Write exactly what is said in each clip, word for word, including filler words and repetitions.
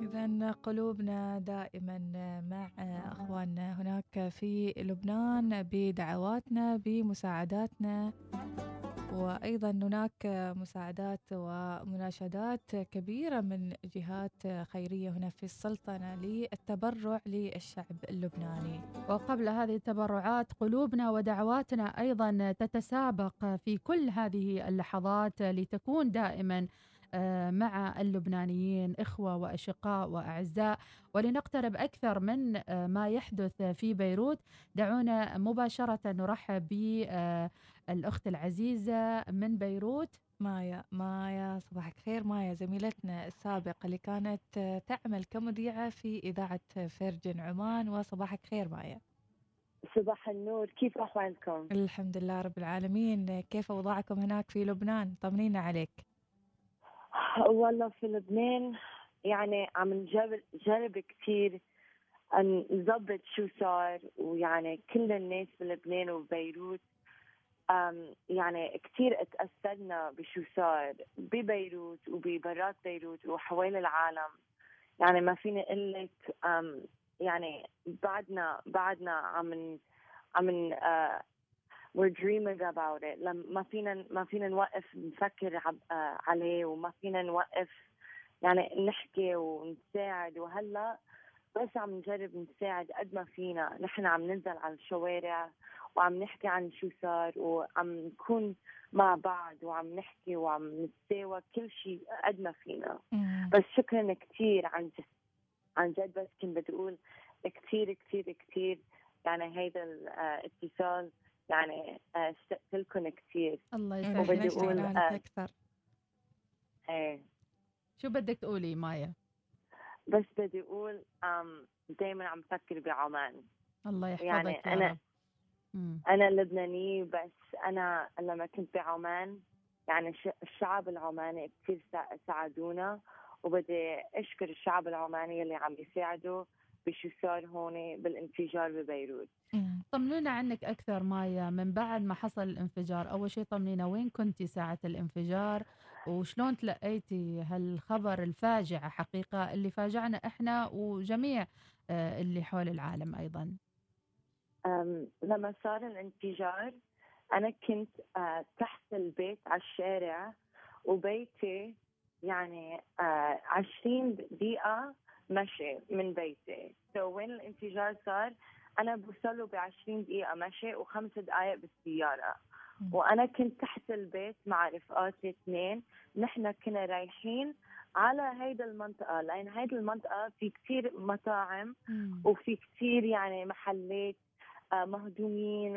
إذن قلوبنا دائما مع أخواننا هناك في لبنان بدعواتنا بمساعداتنا، وأيضا هناك مساعدات ومناشدات كبيرة من جهات خيرية هنا في السلطنة للتبرع للشعب اللبناني. وقبل هذه التبرعات قلوبنا ودعواتنا أيضا تتسابق في كل هذه اللحظات لتكون دائما مع اللبنانيين إخوة وأشقاء وأعزاء، ولنقترب أكثر من ما يحدث في بيروت. دعونا مباشرة نرحب بالأخت العزيزة من بيروت مايا. مايا صباحك خير. مايا زميلتنا السابقة اللي كانت تعمل كمذيعة في إذاعة فيرجن عمان. وصباحك خير مايا. صباح النور، كيف أحوالكم؟ الحمد لله رب العالمين. كيف أوضاعكم هناك في لبنان؟ طمنينا عليك. والله في لبنان يعني عم نجرب جرب كثير أن نضبط شو صار، ويعني كل الناس بلبنان وبيروت يعني كثير اتأثرنا بشو صار ببيروت وببرات بيروت وحوالي العالم. يعني ما فيني اقول لك يعني بعدنا بعدنا عم عم uh, we're dreaming about it. لما ما فينا ما فينا نوقف نفكر uh, عليه، وما فينا نوقف يعني نحكي ونساعد. وهلا بس عم نجرب نساعد قد ما فينا. نحن عم ننزل على الشوارع وعم نحكي عن شو صار، وعم نكون مع بعض وعم نحكي وعم نتساوى كل شيء قد ما فينا. بس شكرا كثير عن جد عن جد. بس كنت بدي اقول كثير كثير كثير يعني هيدا الاتصال يعني اشتقت لكم كثير. الله يسعدك. وبدي اقول اكثر. ايه شو بدك تقولي مايا؟ بس بدي اقول دائما عم فكر بعمان. الله يحفظك يعني يا انا رب. مم. انا لبنانيه، بس انا لما كنت بعمان يعني الشعب العماني كثير ساعدونا، وبدي اشكر الشعب العماني اللي عم يساعدوا بشو صار هون بالانفجار ببيروت. طمنونا عنك أكثر مايا، من بعد ما حصل الانفجار أول شيء طمنينا وين كنتي ساعة الانفجار، وشلون تلقيتي هالخبر الفاجعة حقيقة اللي فاجعنا إحنا وجميع اللي حول العالم أيضا. لما صار الانفجار أنا كنت تحت البيت على الشارع، وبيتي يعني عشرين دقيقة مشي من بيتي. so وين الانفجار صار أنا بوصله بعشرين دقيقة مشي وخمس دقايق بالسيارة. وأنا كنت تحت البيت مع رفقاتي اثنين. نحن كنا رايحين على هيدا المنطقة، لأن هيدا المنطقة في كتير مطاعم وفي كتير يعني محلات مهضومين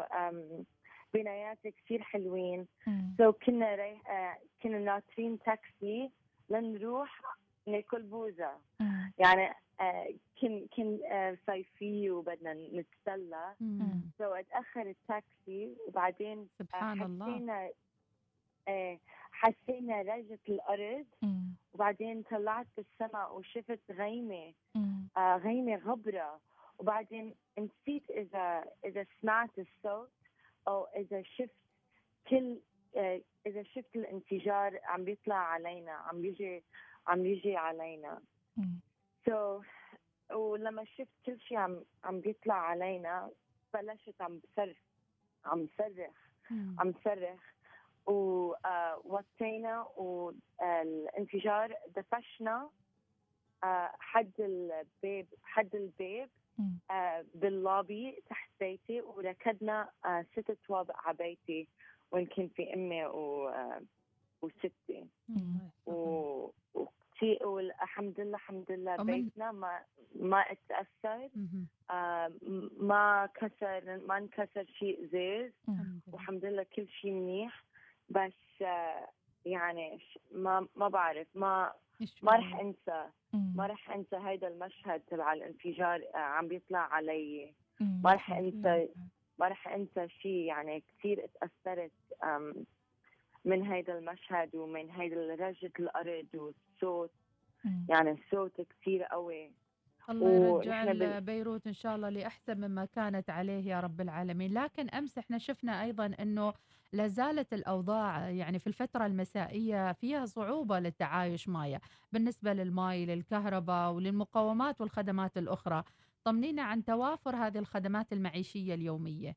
وبنايات كتير حلوين. سو so كنا رايح كنا ناطرين تاكسي لنروح ناكل بوزة. يعني كن كن صيفي وبدنا نتسلى. سو so اتأخر التاكسي، وبعدين سبحان حسينا الله. حسينا رجة الأرض. وبعدين طلعت بالسماء وشفت غيمة غيمة غبرة. وبعدين نسيت إذا إذا سمعت الصوت أو إذا شفت كل إذا شفت الانفجار عم بيطلع علينا، عم بيجي عم بيجي علينا. so ولما شفت كل شيء عم عم بيطلع علينا بلشت عم بصرخ عم صرخ عم صرخ ووطينا. والانفجار دفشنا حد الباب حد الباب باللابي تحت بيتي، وركضنا ست طوابق على بيتي وين كان في امي و وستي. و والحمد لله الحمد لله بيتنا ما ما اتأثر. ما كسر ما انكسر شيء زيز، والحمد لله كل شيء منيح. بس يعني ما ما بعرف ما ما رح انسى ما رح انسى هيدا المشهد تبع الانفجار عم بيطلع علي. ما رح انسى ما رح انسى شيء. يعني كثير اتأثرت من هيدا المشهد ومن هيدا رجة الأرض والصوت. يعني الصوت كثير قوي. الله يرجع ونحن بال... ال- بيروت إن شاء الله لأحسن مما كانت عليه يا رب العالمين. لكن أمس احنا شفنا أيضا أنه لا زالت الأوضاع يعني في الفترة المسائية فيها صعوبة للتعايش مايا، بالنسبة للماء للكهرباء وللمقومات والخدمات الأخرى. طمنينا عن توافر هذه الخدمات المعيشية اليومية.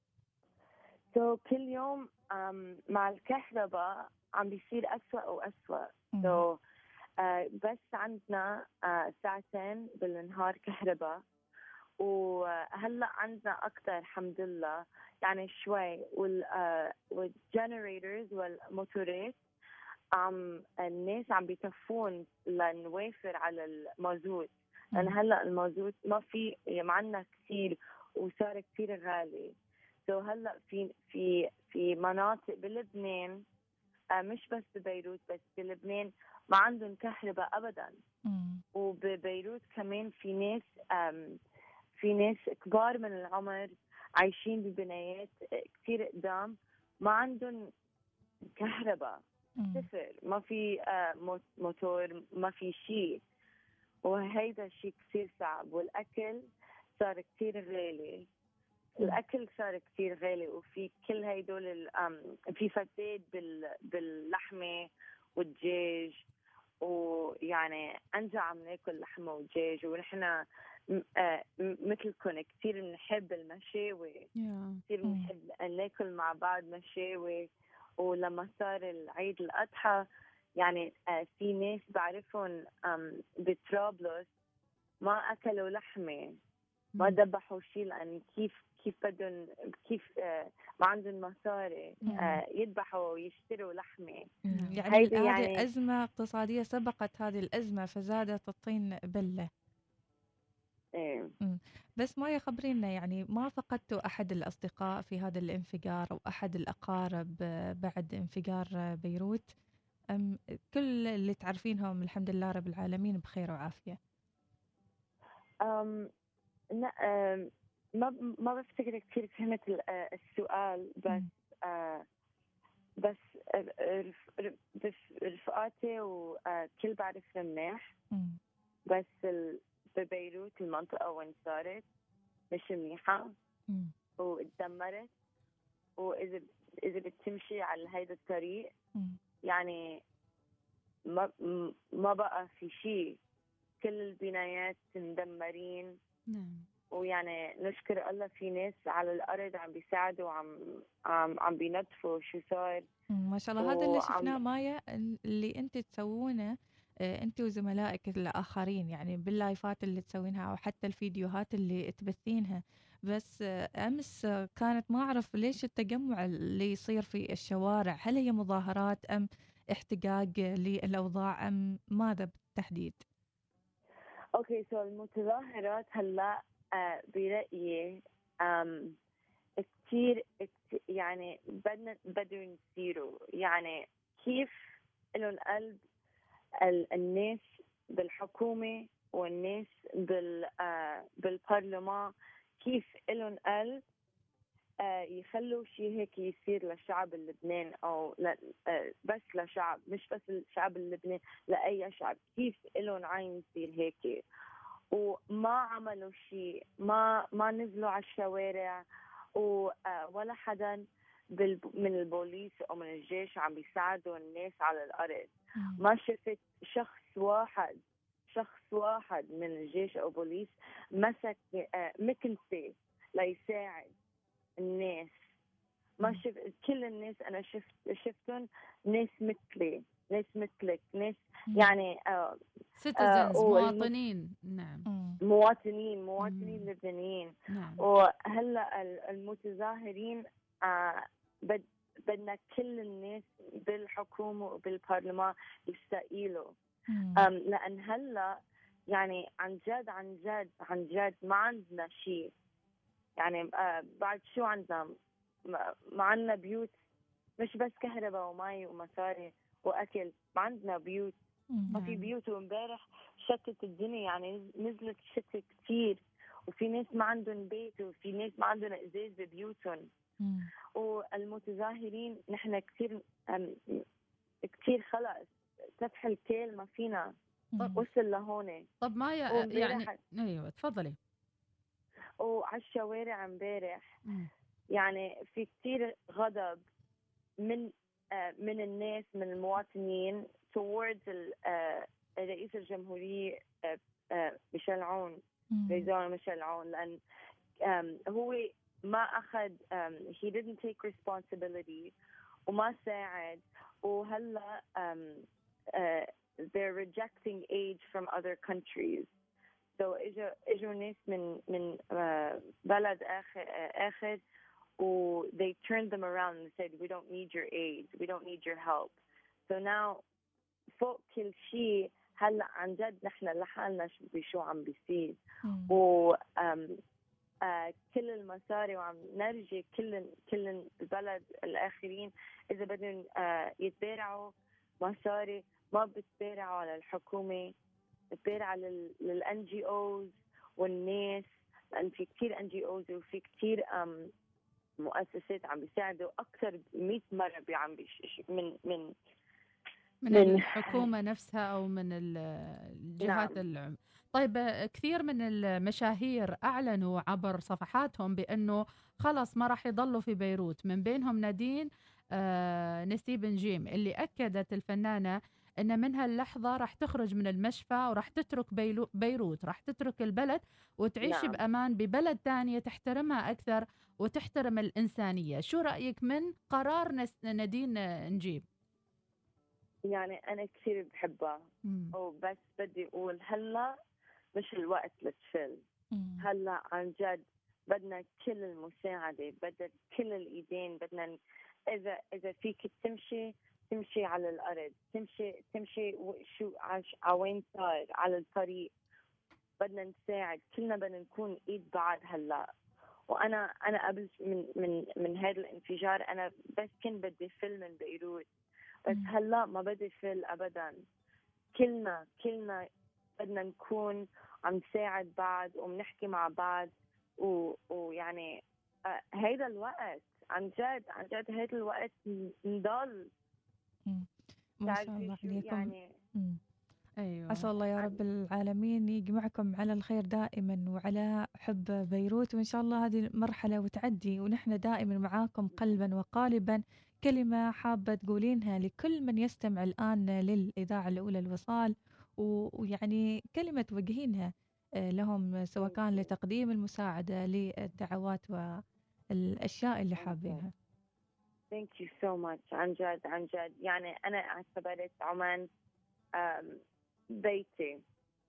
so كل يوم um, مع الكهرباء عم بيصير أسوأ وأسوأ. مم. so uh, بس عندنا uh, ساعتين بالنهار كهرباء، وهلا عندنا أكثر الحمد لله يعني شوي. وال والجنريتورز والموتورات عم الناس عم بيتفون لنوافر على المازوت، لأن هلا المازوت ما في معنا كثير وصار كثير غالي. سو هلا في في في مناطق بلبنان آه، مش بس ببيروت بس بلبنان ما عندهم كهرباء أبدا. مم. وببيروت كمان في ناس آم، في ناس كبار من العمر عايشين ببنايات كثير قدام ما عندهم كهرباء، مم. صفر، ما في آه، مو- موتور، ما في شيء. وهيدا شيء كثير صعب. والأكل صار كثير غالي، الأكل صار كثير غالي. وفي كل هيدول ال- آم، في فساد بال- باللحمة والدجاج، ويعني أنجا عم ناكل لحمة ودجاج. ونحن م- آه، م- مثلكم كثير بنحب المشاوي، يا كثير مم. بنحب ناكل مع بعض مشاوي. ولما صار العيد الأضحى يعني آه، في ناس بعرفهم آم، بطرابلس ما أكلوا لحمة، ما ذبحوا شيء، لأن كيف كيف بدهم كيف آه، ما عندهم مصاري مم. آه، يذبحوا ويشتروا لحمة. مم. نعم. يعني هيدي هذه يعني أزمة اقتصادية سبقت هذه الأزمة فزادت الطين بلة. إيه. مم. بس مايا خبرينا، يعني ما فقدتوا أحد الأصدقاء في هذا الانفجار أو أحد الأقارب آه، بعد انفجار آه، بيروت؟ أم كل اللي تعرفينهم الحمد لله رب العالمين بخير وعافية؟ أم لا أم ما ما بفتكر كثير فهمت ال- آه، السؤال. بس مم. آه بس آه، رف- رف- رفقاتي وكل بعرفهم منيح. مم. بس ال- ببيروت المنطقة وين صارت مش منيحة مم. واتدمرت. وإذا إذا بتمشي على هيدا الطريق مم. يعني ما م- ما بقى في شيء، كل البنايات مدمرين. نعم. ويعني نشكر الله في ناس على الأرض عم بيساعدوا، عم عم عم بينظفوا شو صار. مم. ما شاء الله، هذا اللي وعم شفناه مايا اللي أنت تسوونه آه، أنت وزملائك الآخرين، يعني باللايفات اللي تسوينها أو حتى الفيديوهات اللي تبثينها. بس آه، أمس آه، كانت ما أعرف ليش التجمع اللي يصير في الشوارع، هل هي مظاهرات أم احتجاج للأوضاع أم ماذا بالتحديد؟ اوكي سو المتظاهرات هلا آه، برأيي آم، كتير كت- يعني بدنا بدهم يصيروا يعني كيف لهم قلب ال- الناس بالحكومة والناس بال آه، بالبرلمان، كيف لهم قلب آه، يخلوا شيء هيك يصير للشعب اللبناني او ل... آه، بس لشعب، مش بس الشعب اللبناني، لاي شعب. كيف لهم عين يصير هيك وما عملوا شيء، ما ما نزلوا على الشوارع و... آه، ولا حدا بال... من البوليس او من الجيش عم بيساعدوا الناس على الارض. مم. ما شفت شخص واحد شخص واحد من الجيش او بوليس مسك آه، مكنسة ليساعد الناس. ما مم. شفت كل الناس انا شفت شفتهم ناس مثلي، ناس مثلك، ناس مم. يعني آه آه citizens، والم- مواطنين. نعم. مم. مواطنين مواطنين مم. لبنانيين. نعم. وهلا ال- المتظاهرين آه بد بدنا كل الناس بالحكومة وبالبرلمان يستقيلوا. مم. أم لأن هلا يعني عن جد عن جد عن جد ما عندنا شيء. يعني آه بعد شو عندنا؟ ما ما عندنا بيوت، مش بس كهرباء ومي ومصاري وأكل، ما عندنا بيوت، ما في نعم. بيوت. وامبارح شتت الدنيا، يعني نزلت شتى كتير، وفي ناس ما عندهم بيت، وفي ناس ما عندهم ازاز ببيوتهم. مم. والمتظاهرين نحن كتير أم، كتير خلص سفح الكيل ما فينا. طب وصل لهون. طب مايا آه، يعني وامبارح ايوه تفضلي. وعلى الشوارع امبارح مم. يعني في كتير غضب من آه، من الناس، من المواطنين towards ال- آه، رئيس الجمهورية آه، آه، ميشيل عون، مم. رئيس ميشيل عون، لأن آم، هو ما أخذ um, he didn't take responsibility وما ساعد. وهلا um, uh, they're rejecting aid from other countries. so اجوا اجوا ناس من من uh, بلد آخر آه، آخر و they turned them around and said we don't need your aid, we don't need your help. so now فوق كل شيء هلا عن جد نحن لحالنا شو بشو عم بيصير. مم. و um, آه كل المصاري وعم نرجي كل كل البلد الآخرين إذا بدهم آه يتبارعوا مصاري ما بتبارعوا على الحكومة، بتبارعوا للان جي اوز والناس، لأن في كتير ان جي اوز وفي كتير آم مؤسسات عم بيساعدوا أكثر مئة مرة عم بيش من من من من الحكومة نفسها أو من ال- الجهات نعم. العم. طيب آه، كثير من المشاهير أعلنوا عبر صفحاتهم بأنه خلص ما راح يضلوا في بيروت، من بينهم نادين آه، نسيب نجيم اللي أكدت الفنانة أن من هاللحظة راح تخرج من المشفى وراح تترك بيلو- بيروت، راح تترك البلد وتعيش نعم. بأمان ببلد تانية تحترمها أكثر وتحترم الإنسانية. شو رأيك من قرار نس- نادين آه، نجيم؟ يعني أنا كثير بحبها مم. وبس بدي أقول هلا مش الوقت للتفل. مم. هلا عن جد بدنا كل المساعدة، بدنا كل الإيدين، بدنا ن- إذا إذا فيك تمشي تمشي على الأرض، تمشي تمشي و- شو عش- عوين صار على الطريق، بدنا نساعد كلنا، بدنا نكون إيد بعض هلا. وأنا أنا قبل من من من هذا الانفجار أنا بس كنت بدي فل من بيروت، بس مم. هلا ما بدي فل أبدا. كلنا كلنا بدنا نكون عم نساعد بعض وبنحكي مع بعض و- ويعني آه، هيدا الوقت عن جد عن جد هيدا الوقت ن- نضل. مم. ما شاء تعرفي الله شو عليكم. يعني. مم. أيوة. عسى الله يا عن- رب العالمين يجمعكم على الخير دائما وعلى حب بيروت، وإن شاء الله هذه المرحلة وتعدي ونحن دائما معاكم قلبا وقالبا. كلمة حابة تقولينها لكل من يستمع الآن للإذاعة الأولى الوصال، و- ويعني كلمة توجهينها آه، لهم سواء كان لتقديم المساعدة للدعوات والأشياء اللي عن جد. حابينها. Thank you so much. عن جد عن جد يعني أنا اعتبرت عمان آم، بيتي،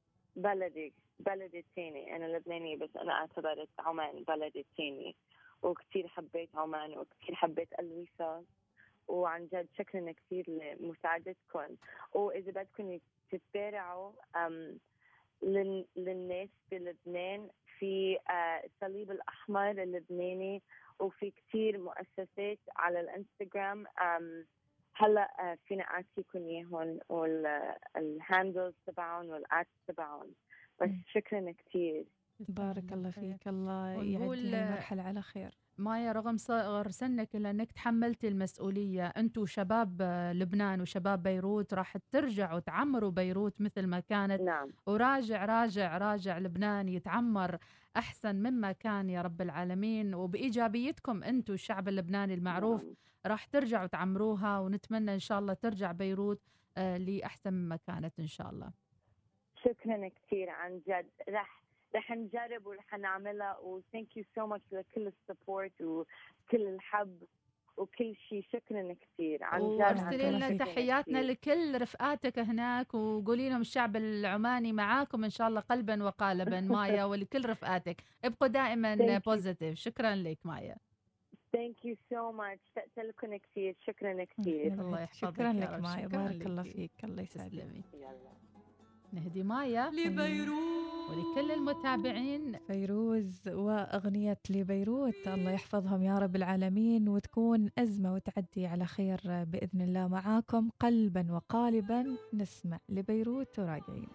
بلدي بلدي الثاني. أنا لبنانية بس أنا اعتبرت عمان بلدي الثاني، وكتير حبيت عمان وكتير حبيت الويسا. وعن جد شكرا كثير لمساعدتكم. وإذا بدكم تتبارعوا أم، لل- للناس في لبنان في آه، الصليب الأحمر اللبناني، وفي كثير مؤسسات على الانستغرام. أم، هلا آه، فينا أعطيكم إياهم والهاندلز تبعهم والآت تبعهم. بس مم. شكرا كثير. بارك الله فيك، الله ونقول يعدي هالمرحلة على خير. مايا رغم صغر سنك إلا أنك تحملتي المسؤولية، أنتوا شباب آه، لبنان وشباب بيروت راح ترجعوا تعمروا بيروت مثل ما كانت، نعم وراجع راجع راجع لبنان يتعمر أحسن مما كان يا رب العالمين. وبإيجابيتكم أنتوا الشعب اللبناني المعروف نعم. راح ترجعوا تعمروها، ونتمنى إن شاء الله ترجع بيروت آه، لأحسن مما كانت إن شاء الله. شكرا كثير عن جد. رح رح نجرب ورح نعملها. و thank you so much لكل السبورت وكل الحب وكل شيء. شكرا كثير عن جد. عن وارسلي جد لنا شكراً تحياتنا كثير. لكل رفقاتك هناك، وقولي لهم الشعب العماني معاكم ان شاء الله قلبا وقالبا مايا، ولكل رفقاتك ابقوا دائما Thank you. بوزيتيف. شكرا لك مايا. Thank you so much. شكرا لكم كثير. شكرا كثير. نحن الله بعد. يحفظك شكرا يا لك رب. مايا، شكراً بارك الله لك. فيك، الله يسعدك. تسلمي. يلا. نهدي مايا لبيروت ولكل المتابعين. فيروز وأغنية لبيروت، الله يحفظهم يا رب العالمين، وتكون أزمة وتعدي على خير بإذن الله. معاكم قلبا وقالبا نسمع لبيروت وراجعين.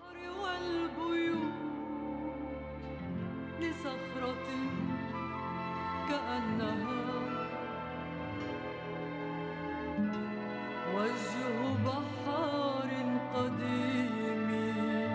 والبيوت لصخرة كأنها وجه بحار قديم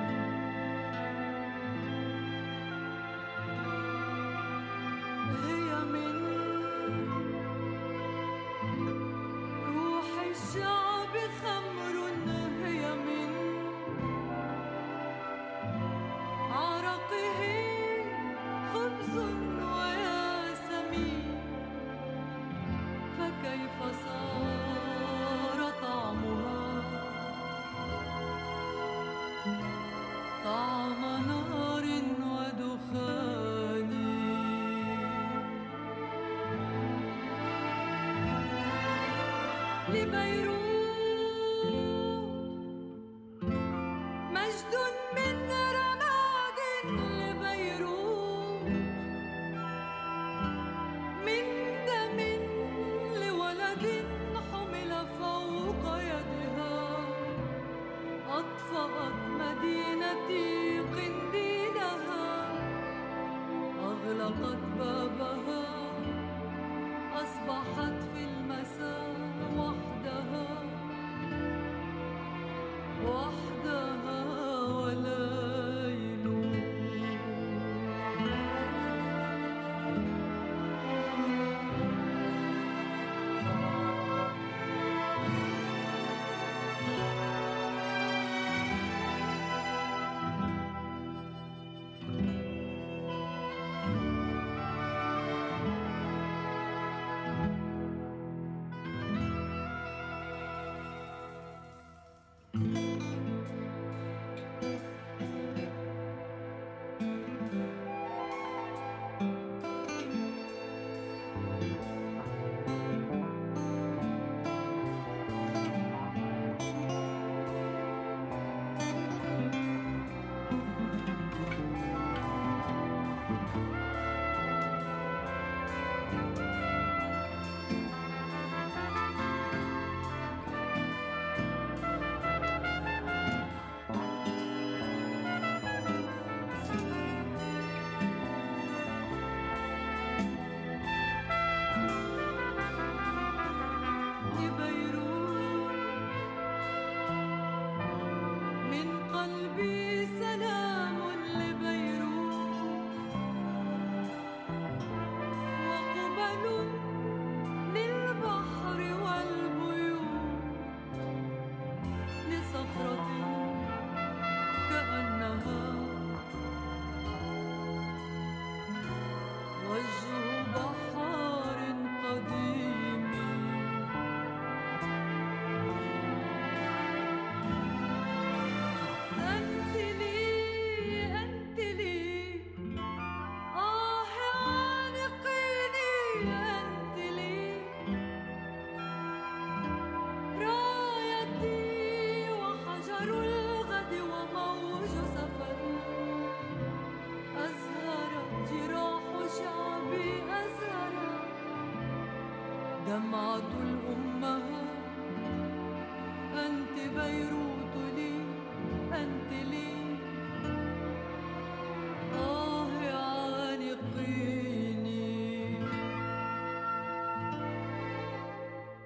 دمعة الأمهات أنت بيروت لي، أنت لي